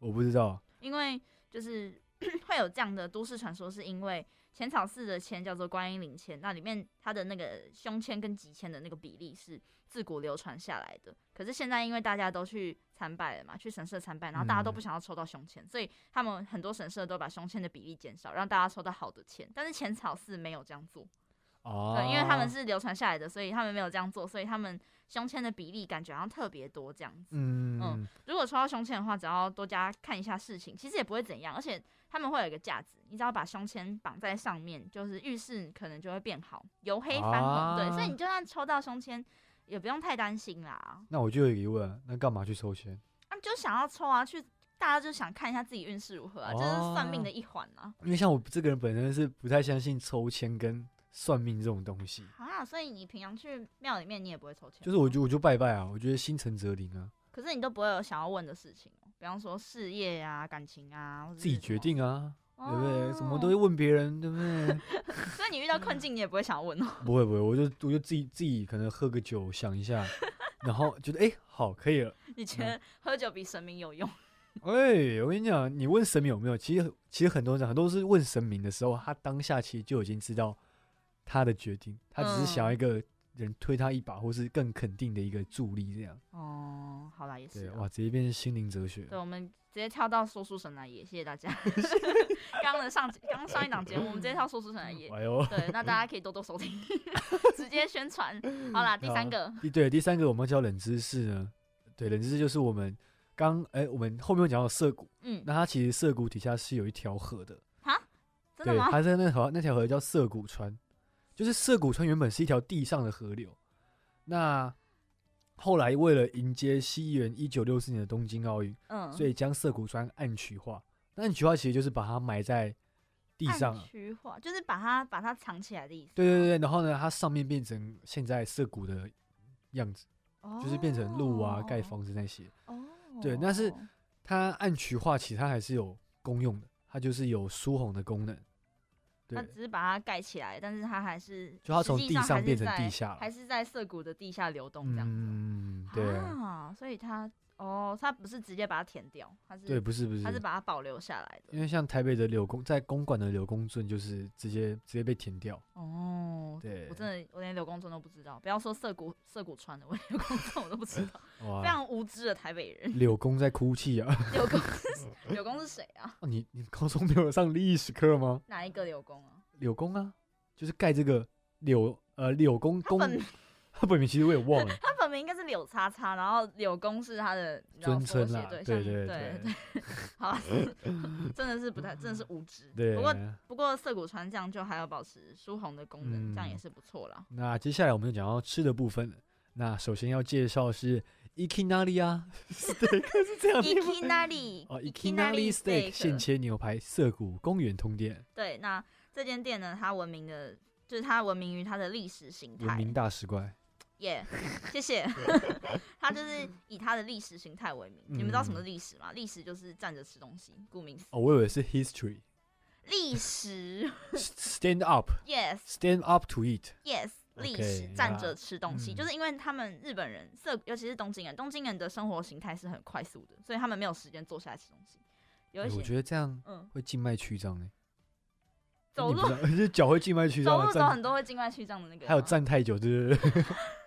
我不知道， 因为就是会有这样的都市传说，是因为浅草寺的签叫做观音灵签，那里面它的那个胸签跟脊签的那个比例是自古流传下来的。可是现在因为大家都去参拜了嘛，去神社参拜，然后大家都不想要抽到胸签，嗯、所以他们很多神社都把胸签的比例减少，让大家抽到好的签。但是浅草寺没有这样做。 哦， 对，因为他们是流传下来的，所以他们没有这样做，所以他们胸签的比例感觉好像特别多这样子。 嗯嗯，如果抽到胸签的话，只要多加看一下事情，其实也不会怎样，而且他们会有一个架子，你只要把胸签绑在上面，就是运势可能就会变好，由黑翻红。啊、对，所以你就算抽到胸签，也不用太担心啦。 那我就有疑问，那干嘛去抽签？ 啊，就想要抽啊，去大家就想看一下自己运势如何啊，这、哦、是算命的一环啊。 因为像我这个人本身是不太相信抽签跟算命这种东西啊，所以你平常去庙里面，你也不会抽签？ 就是我就我就拜拜啊，我觉得心诚则灵啊。 可是你都不会有想要问的事情哦，比方说事业啊、感情啊，或者自己决定啊， 哦、 对不对？什么都会问别人，对不对？ 所以你遇到困境，你也不会想要问哦。 不会不会，我就我就自己自己可能喝个酒想一下，然后觉得哎、欸、好可以了。 你觉得喝酒比神明有用？ 哎、欸，我跟你讲，你问神明有没有？其实其实很多人很多是问神明的时候，他当下其实就已经知道他的决定，他只是想要一个人推他一把，或是更肯定的一个助力，这样。 哦，好啦，也是。 对，哇，直接变成心灵哲学。 对，我们直接跳到说书神来也，谢谢大家。刚刚的上刚上一档节目，我们直接跳说书神来也。 哎呦， 对，那大家可以多多收听，直接宣传。好啦，第三个。 第对第三个我们叫冷知识呢，对，冷知识就是我们刚哎、欸，我们后面有讲到涩谷，嗯，那它其实涩谷底下是有一条河的。 哈？真的吗？ 对，它在那条那条河叫涩谷川。就是涩谷川原本是一条地上的河流，那后来为了迎接西元一九六四年的东京奥运，嗯，所以将涩谷川暗渠化。那暗渠化其实就是把它埋在地上， 暗渠化就是把它把它藏起来的意思。 对对对，然后呢，它上面变成现在涩谷的样子，哦、就是变成路啊、盖房子那些。哦，对，但是它暗渠化其实它还是有功用的，它就是有疏洪的功能。 它只是把它盖起来，但是它还是就它从地上变成地下， 还是在涩谷的地下流动这样子。 嗯，对啊，所以它哦，它不是直接把它填掉，它是对，不是不是， 它是把它保留下来的。 因为像台北的柳公，在公馆的柳公圳就是直接直接被填掉。 哦，对，我真的我连柳公圳都不知道，不要说涩谷涩谷川的，我连柳公圳我都不知道，非常无知的台北人。 柳公在哭泣啊！ 柳公是柳公是谁啊？ 哦，你你高中没有上历史课吗？ 哪一个柳公啊？ 柳公啊，就是盖这个柳呃柳公公，他本名其实我也忘了， 他本名应该是柳叉叉，然后柳公是他的尊称啦， 对对对对对，好，真的是不太真的是无知。 对， 不过不过涩谷川这样就还要保持疏洪的功能，嗯、这样也是不错啦。 那接下来我们就讲到吃的部分了。那首先要介绍是 Ikinari 啊 steak 是这样的吗 ？Ikinari 哦 Ikinari steak 现切牛排涩谷公园通店。 对，那这间店呢，它闻名的就是它闻名于它的历史形态， 闻名大食怪。 耶、yeah, 谢谢。它就是以它的历史形态为名。嗯、你们知道什么是历史吗？历史就是站着吃东西，顾名思义。 哦，我以为是 history。 历史。 Stand up. Yes. Stand up to eat. Yes. 历史站着吃东西， yeah. 就是因为他们日本人涩，尤其是东京人，东京人的生活形态是很快速的，所以他们没有时间坐下来吃东西。有一些、 欸、我觉得这样会静脉曲张哎。 走路就脚会静脉曲张， 走路走很多会静脉曲张的那个。 还有站太久，对不对？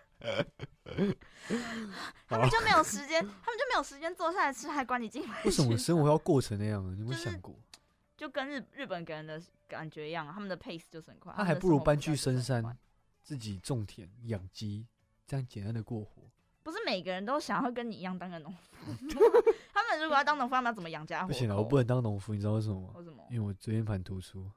他们就没有时间，他们就没有时间坐下来吃，还管你静脉曲张。 为什么生活要过成那样呢？你有没有想过？ 就是、就跟日日本人的感觉一样，他们的 pace 就是很快。 他还不如搬去深山，自己种田养鸡，这样简单的过活。 不是每个人都想要跟你一样当个农夫。他们如果要当农夫，他们要怎么养家活口？ 不行了，我不能当农夫，你知道为什么吗？ 为什么？ 因为我椎间盘突出。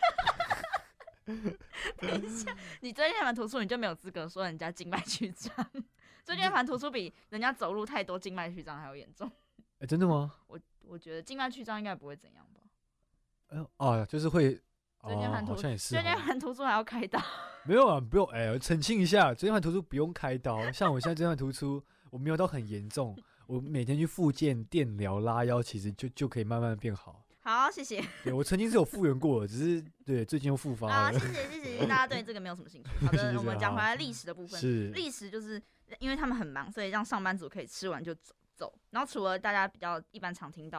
等一下，你椎间盘突出，你就没有资格说人家静脉曲张。椎间盘突出比人家走路太多静脉曲张还要严重。 哎、欸，真的吗？ 我我觉得静脉曲张应该不会怎样吧？ 哎、呃、哦，就是会椎间盘突出，椎间盘突出还要开刀？ 没有啊，不用。哎、欸，澄清一下，椎间盘突出不用开刀。像我现在椎间盘突出，我没有到很严重，我每天去复健、电疗、拉腰，其实就就可以慢慢变好。 好，谢谢。 对，我曾经是有复原过的，只是对最近又复发了。 啊，谢谢谢谢，大家对这个没有什么兴趣。好的，我们讲回来历史的部分。 是历史，就是因为他们很忙，所以让上班族可以吃完就走走。然后除了大家比较一般常听到的，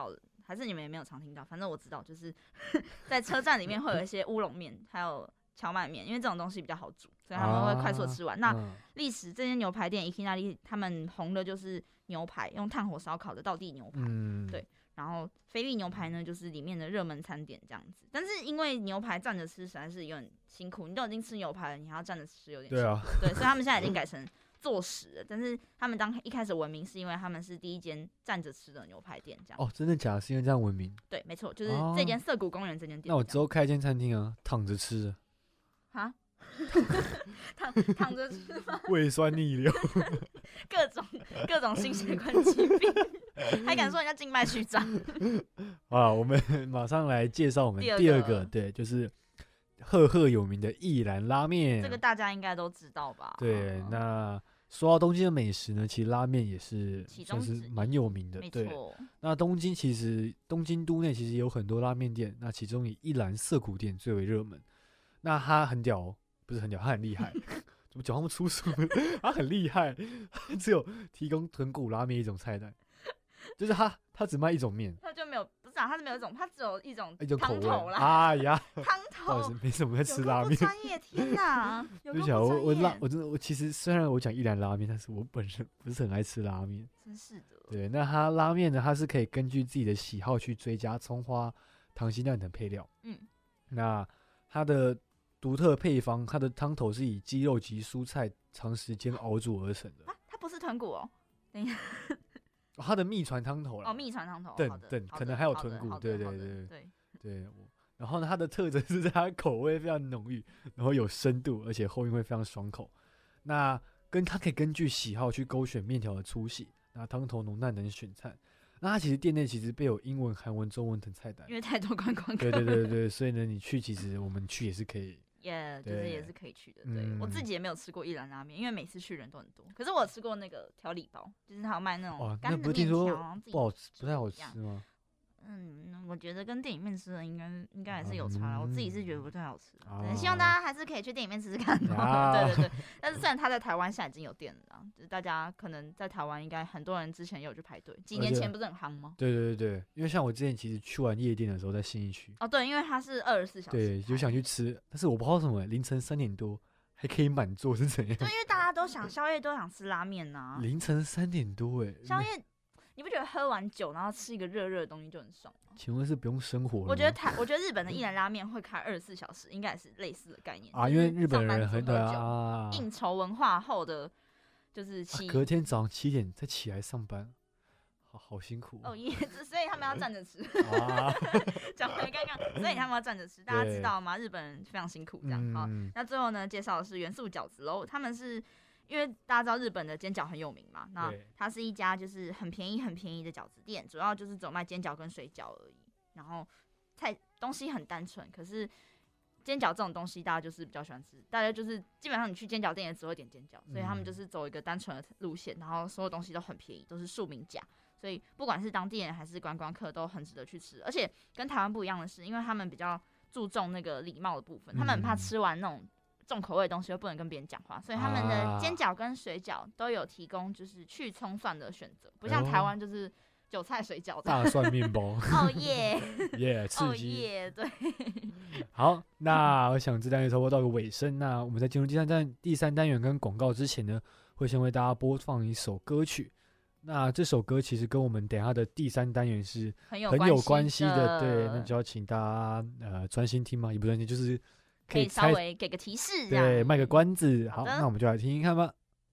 还是你们也没有常听到？反正我知道，就是在车站里面会有一些乌龙面，还有荞麦面，因为这种东西比较好煮，所以他们会快速的吃完。啊、那历史这间牛排店伊基纳利他们红的就是牛排，用炭火烧烤的道地牛排，嗯、对。然后菲力牛排呢，就是里面的热门餐点这样子。但是因为牛排站着吃实在是有点辛苦，你都已经吃牛排了，你还要站着吃，有点辛苦。对啊，对，所以他们现在已经改成坐食了。但是他们当一开始闻名是因为他们是第一间站着吃的牛排店，这样。 哦，真的假的？是因为这样闻名？ 对，没错，就是这间涩谷公园这间店。 那我之后开一间餐厅啊，躺着吃的。 啊？躺躺着吃吗？ 胃酸逆流， 各种各种心血管疾病，还敢说人家静脉曲张？ 啊，我们马上来介绍我们第二个，对，就是赫赫有名的一兰拉面。 这个大家应该都知道吧？ 对，那说到东京的美食呢，其实拉面也是算是蛮有名的。对，那东京其实东京都内其实有很多拉面店，那其中以一兰涩谷店最为热门。那它很屌哦。不是很屌，他很厉害，怎么讲那么粗俗？他很厉害，他只有提供豚骨拉面一种菜单，就是他他只卖一种面， 他就没有不是啊，他是没有一种，他只有一种一种口味啦。 哎呀， 汤头， 不好意思，没什么在吃拉面。 专业，天哪！有够不专业。 我我拉我真的我其实虽然我讲一兰拉面，但是我本身不是很爱吃拉面。 真是的。 对，那他拉面呢，它是可以根据自己的喜好去追加葱花、溏心蛋等配料。嗯，那它的独特配方，它的汤头是以鸡肉及蔬菜长时间熬煮而成的。 啊，它不是豚骨哦。等一下， 哦、它的秘传汤头啦。 哦，秘传汤头。 等等，可能还有豚骨。对对对对对对。然后呢，它的特征是它的口味非常浓郁，然后有深度，而且后韵会非常爽口。那跟它可以根据喜好去勾选面条的粗细，那汤头浓淡等选菜。那它其实店内其实备有英文、韩文、中文等菜单， 因为太多观光客。 对对对对，所以呢，你去其实我们去也是可以。 耶、yeah, 就是也是可以去的。对、嗯、我自己也没有吃过一兰拉面，因为每次去人都很多。可是我有吃过那个调理包，就是他有卖那种干的面条， 不好吃，不太好吃吗？ 嗯，我觉得跟电影面吃的应该应该还是有差啦、嗯。我自己是觉得不太好吃、啊， 啊、 希望大家还是可以去电影面吃吃看、喔啊。对对对，但是虽然他在台湾现在已经有店了啦，就是大家可能在台湾应该很多人之前也有去排队，几年前不是很夯吗？ 对对对对，因为像我之前其实去完夜店的时候在信义区。 哦，对，因为它是二十四小时。 对，就想去吃，但是我不知道什么，凌晨三点多还可以满座是怎样？ 对，因为大家都想宵夜都想吃拉面呐、啊。 凌晨三点多哎， 宵夜。你不觉得喝完酒然后吃一个热热的东西就很爽吗？ 请问是不用生活了吗？ 我觉得台，我觉得日本的一兰拉面会开二十四小时，应该也是类似的概念啊，因为日本人很对啊， 应酬文化后的就是起、 啊、隔天早上七点再起来上班，好好辛苦哦耶，所以他们要站着吃。讲回刚刚，所以他们要站着吃，大家知道吗？日本人非常辛苦这样。好、嗯，那最后呢，介绍的是元素饺子喽，他们是。因为大家知道日本的煎饺很有名嘛，那它是一家就是很便宜很便宜的饺子店，主要就是只卖煎饺跟水饺而已。然后菜东西很单纯，可是煎饺这种东西大家就是比较喜欢吃，大家就是基本上你去煎饺店也只会点煎饺，所以他们就是走一个单纯的路线，然后所有东西都很便宜，都是庶民价，所以不管是当地人还是观光客都很值得去吃。而且跟台湾不一样的是，因为他们比较注重那个礼貌的部分，他们很怕吃完那种重口味的东西又不能跟别人讲话，所以他们的煎饺跟水饺都有提供就是去葱蒜的选择，不像台湾就是韭菜水饺、 大蒜面包。 哦耶， 耶，刺激！ 哦耶，对。 好，那我想这单元差不多到个尾声，那我们在进入第三单第三单元跟广告之前呢，会先为大家播放一首歌曲。那这首歌其实跟我们等一下的第三单元是很有很有关系的，对，那就要请大家呃专心听嘛，也不专心，就是可以稍微给个提示， 对，卖个关子。好，那我们就来听听看吧。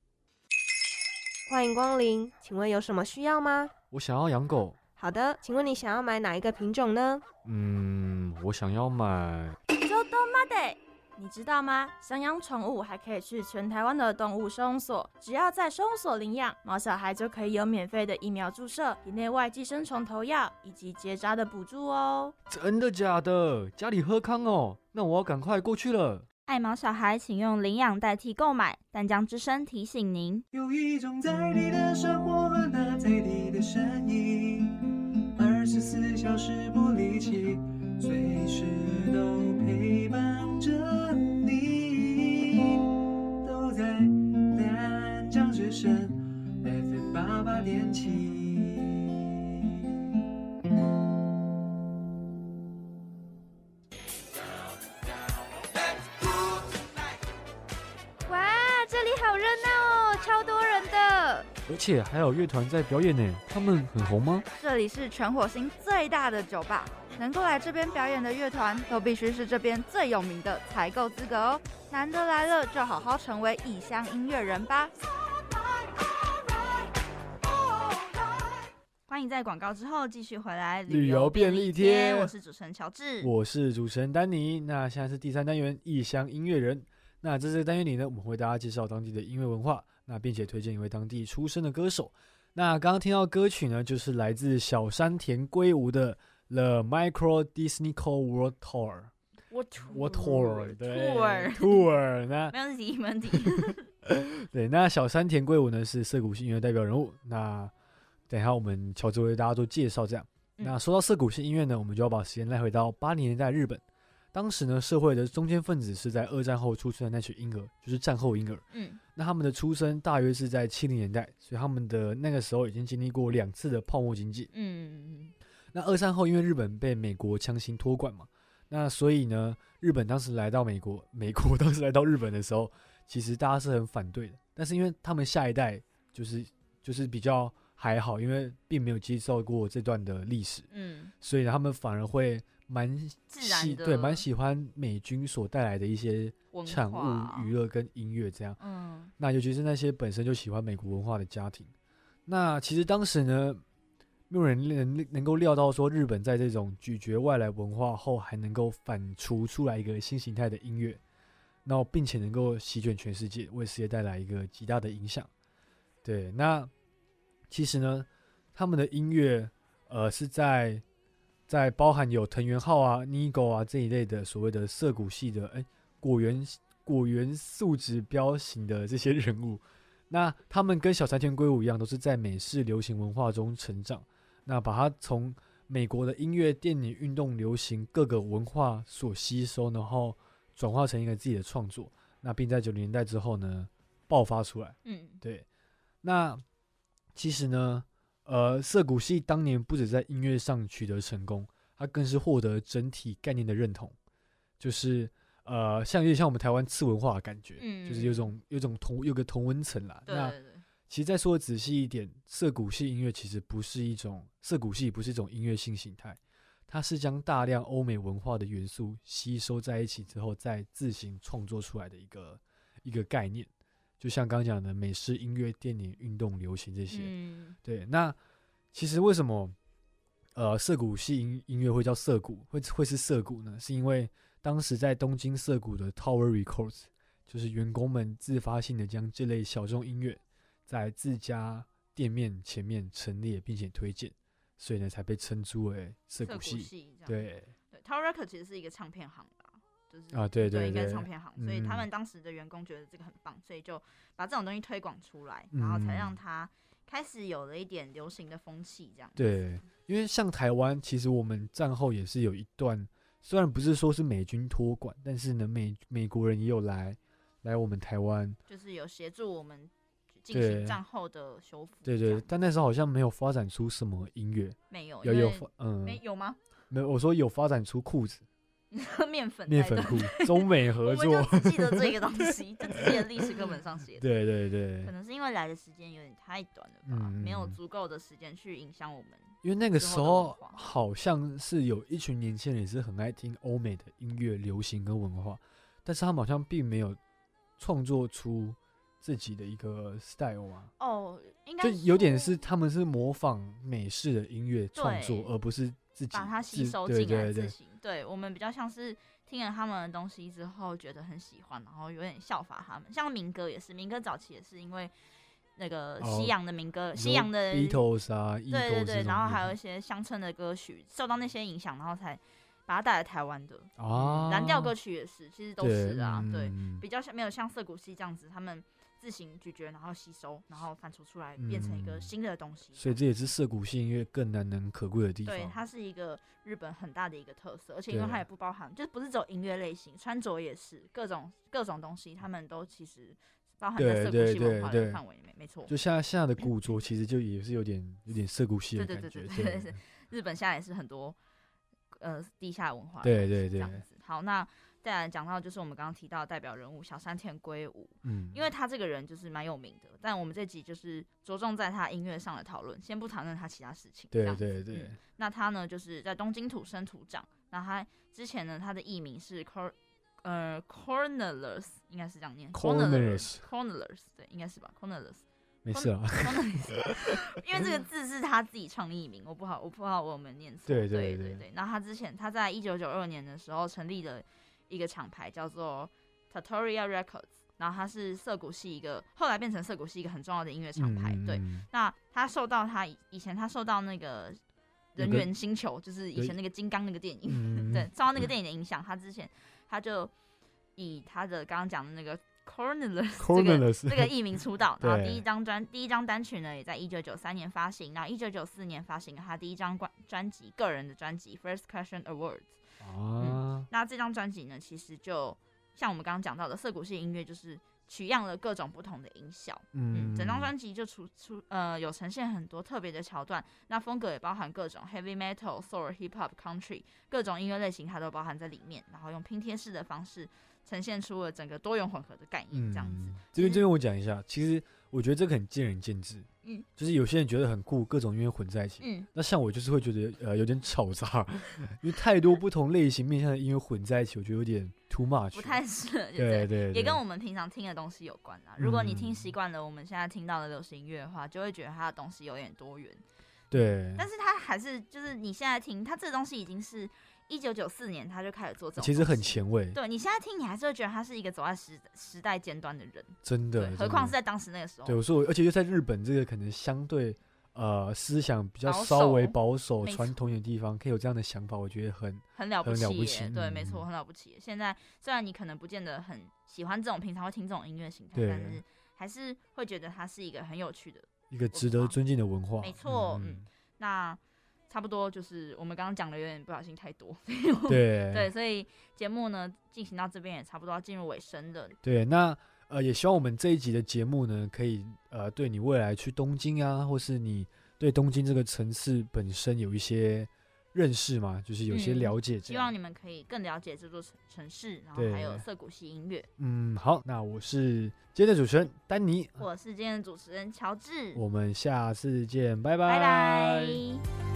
欢迎光临，请问有什么需要吗？ 我想要养狗。 好的，请问你想要买哪一个品种呢？ 嗯，我想要买。 你知道吗？想养宠物还可以去全台湾的动物收容所，只要在收容所领养毛小孩，就可以有免费的疫苗注射、体内外寄生虫投药以及结扎的补助哦。 真的假的？家里喝康哦，那我要赶快过去了。 爱毛小孩，请用领养代替购买。淡江之声提醒您： 有一种在地的生活和那在地的声音，二十四小时不离弃，随时都陪伴着你，都在淡江之声 F M 八八点七。 而且还有乐团在表演呢，他们很红吗？ 这里是全火星最大的酒吧，能够来这边表演的乐团都必须是这边最有名的才够资格哦。难得来了，就好好成为异乡音乐人吧。 欢迎在广告之后继续回来旅游便利贴， 我是主持人乔治， 我是主持人丹尼。那现在是第三单元异乡音乐人。那在这个单元里呢，我们会为大家介绍当地的音乐文化，那并且推荐一位当地出生的歌手。那刚刚听到的歌曲呢，就是来自小山田圭吾的 The Micro Disneyco World Tour。World Tour， 对 Tour Tour， 那没问题，没问题。 对，那小山田圭吾呢是涩谷系音乐代表人物。那等一下我们乔治为大家做介绍，这样。嗯、那说到涩谷系音乐呢，我们就要把时间拉回到八零年代日本。当时呢，社会的中间分子是在二战后出生的那群婴儿，就是战后婴儿。嗯，那他们的出生大约是在七零年代，所以他们的那个时候已经经历过两次的泡沫经济。嗯，那二战后，因为日本被美国强行托管嘛，那所以呢，日本当时来到美国，美国当时来到日本的时候，其实大家是很反对的。但是因为他们下一代就是就是比较还好，因为并没有接受过这段的历史，嗯，所以他们反而会。蛮喜对，蛮喜欢美军所带来的一些产物、娱乐跟音乐这样。嗯，那尤其是那些本身就喜欢美国文化的家庭。那其实当时呢，没有人能能够料到说，日本在这种咀嚼外来文化后，还能够反刍出来一个新形态的音乐，然后并且能够席卷全世界，为世界带来一个极大的影响。对，那其实呢，他们的音乐，呃，是在。在包含有藤原浩啊、Nigo 啊这一类的所谓的涩谷系的哎果园果园素质标型的这些人物，那他们跟小山田圭吾一样，都是在美式流行文化中成长，那把它从美国的音乐、电影、运动、流行各个文化所吸收，然后转化成一个自己的创作，那并在九零年代之后呢爆发出来。嗯，对。那其实呢。呃，涩谷系当年不止在音乐上取得成功，它更是获得整体概念的认同，就是呃，像有点像我们台湾次文化的感觉，嗯，就是有种有种同有个同温层啦。 对对对。 那其实再说的仔细一点，涩谷系音乐其实不是一种涩谷系不是一种音乐性形态，它是将大量欧美文化的元素吸收在一起之后，再自行创作出来的一个一个概念。就像刚刚讲的美式音乐、电影、运动、流行这些，嗯，对。那其实为什么呃涩谷系音音乐会叫涩谷，会会是涩谷呢？是因为当时在东京涩谷的 Tower Records， 就是员工们自发性的将这类小众音乐在自家店面前面陈列并且推荐，所以呢才被称之为涩谷系。对对 ，Tower Records 其实是一个唱片行。就是啊，对对对， 应该是唱片行，所以他们当时的员工觉得这个很棒，所以就把这种东西推广出来，然后才让它开始有了一点流行的风气，这样。 对，因为像台湾，其实我们战后也是有一段，虽然不是说是美军托管，但是呢，美美国人也有来来我们台湾， 就是有协助我们进行战后的修复。 对对，但那时候好像没有发展出什么音乐， 没有， 有有嗯， 没有吗？ 没有，我说有发展出裤子。 面粉面粉裤，中美合作， 我们就只记得这个东西，就只记得历史课本上写的。 对对对， 可能是因为来的时间有点太短了吧，嗯、没有足够的时间去影响我们。 因为那个时候好像是有一群年轻人也是很爱听欧美的音乐、流行跟文化，但是他们好像并没有创作出自己的一个 style 嘛。 哦，应该就有点是他们是模仿美式的音乐创作，而不是自己把它吸收进来自行。对，我们比较像是听了他们的东西之后觉得很喜欢，然后有点效法他们。像民歌也是，民歌早期也是因为那个西洋的民歌，哦、西洋的 Beatles 啊， 对对对，然后还有一些乡村的歌曲受到那些影响，然后才把它带来台湾的。哦，蓝调歌曲也是，其实都是啊，对，嗯、对比较像没有像涩谷系这样子，他们自行咀嚼，然后吸收，然后反刍出来，变成一个新的东西。 嗯、所以这也是涩谷系音乐更难能可贵的地方。 对，它是一个日本很大的一个特色，而且因为它也不包含，就不是只有音乐类型，穿着也是各种各种东西，他们都其实包含在涩谷系文化的范围里面，没错。 就像现在的古着，其实就也是有点有点涩谷系的感觉。 对对对对对对，日本现在也是很多呃地下文化， 对对对， 这样子。 好，那再来讲到就是我们刚刚提到的代表人物小山田圭吾，嗯，因为他这个人就是蛮有名的，但我们这集就是着重在他音乐上的讨论，先不谈论他其他事情。 对对对、嗯。 那他呢，就是在东京土生土长。那他之前呢，他的艺名是 Cor 呃 Cornelius， 应该是这样念 Cornelius Cornelius， 对，应该是吧 Cornelius。 没事啊， 因为这个字是他自己创艺名，我不好，我不知道我有没有念错。 对对对对。然后他之前他在一九九二年的时候成立了一个厂牌叫做 Trattoria Records， 然后他是涩谷系一个，后来变成涩谷系一个很重要的音乐厂牌。嗯、对，那他受到他以前他受到那个人猿星球，就是以前那个金刚那个电影，嗯、对，受到那个电影的影响，他之前他就以他的刚刚讲的那个。Cornelius 这个这个艺名出道，然后第一张专第一张单曲呢，也在一九九三年发行，然后一九九四年发行了他第一张专辑，个人的专辑《First Question Awards》。啊、嗯，那这张专辑呢，其实就像我们刚刚讲到的涩谷系音乐，就是取样了各种不同的音效。嗯，嗯整张专辑就出出呃有呈现很多特别的桥段，那风格也包含各种 heavy metal、soul、hip hop、country 各种音乐类型，它都包含在里面，然后用拼贴式的方式。呈现出了整个多元混合的概念，这样子。嗯、 这边这边我讲一下，其实我觉得这个很见仁见智。嗯，就是有些人觉得很酷，各种音乐混在一起。嗯，那像我就是会觉得呃有点吵杂，因为太多不同类型面向的音乐混在一起，我觉得有点 too much， 不太适合。 对 对, 对， 也跟我们平常听的东西有关啦。如果你听习惯了我们现在听到的流行音乐的话，就会觉得它的东西有点多元。 对， 但是它还是就是你现在听它这个东西已经是。一九九四年他就开始做这种， 其实很前卫。 对你现在听，你还是会觉得他是一个走在时时代尖端的人， 真的。 何况是在当时那个时候。 对，我说，而且又在日本这个可能相对呃思想比较稍微保守、传统一点的地方，可以有这样的想法，我觉得很很了不起。 很了不起对，没错，很了不起。现在虽然你可能不见得很喜欢这种，平常会听这种音乐形态，但是还是会觉得它是一个很有趣的、 一个值得尊敬的文化。 没错，嗯，嗯那。差不多就是我们刚刚讲的有点不小心太多， 对对，所以节目呢进行到这边也差不多要进入尾声了。 对，那呃也希望我们这一集的节目呢，可以呃对你未来去东京啊，或是你对东京这个城市本身有一些认识嘛，就是有些了解、嗯。 希望你们可以更了解这座城市，然后还有涩谷系音乐。 嗯，好，那我是今天的主持人丹尼， 我是今天的主持人乔治， 我们下次见，拜拜， 拜拜。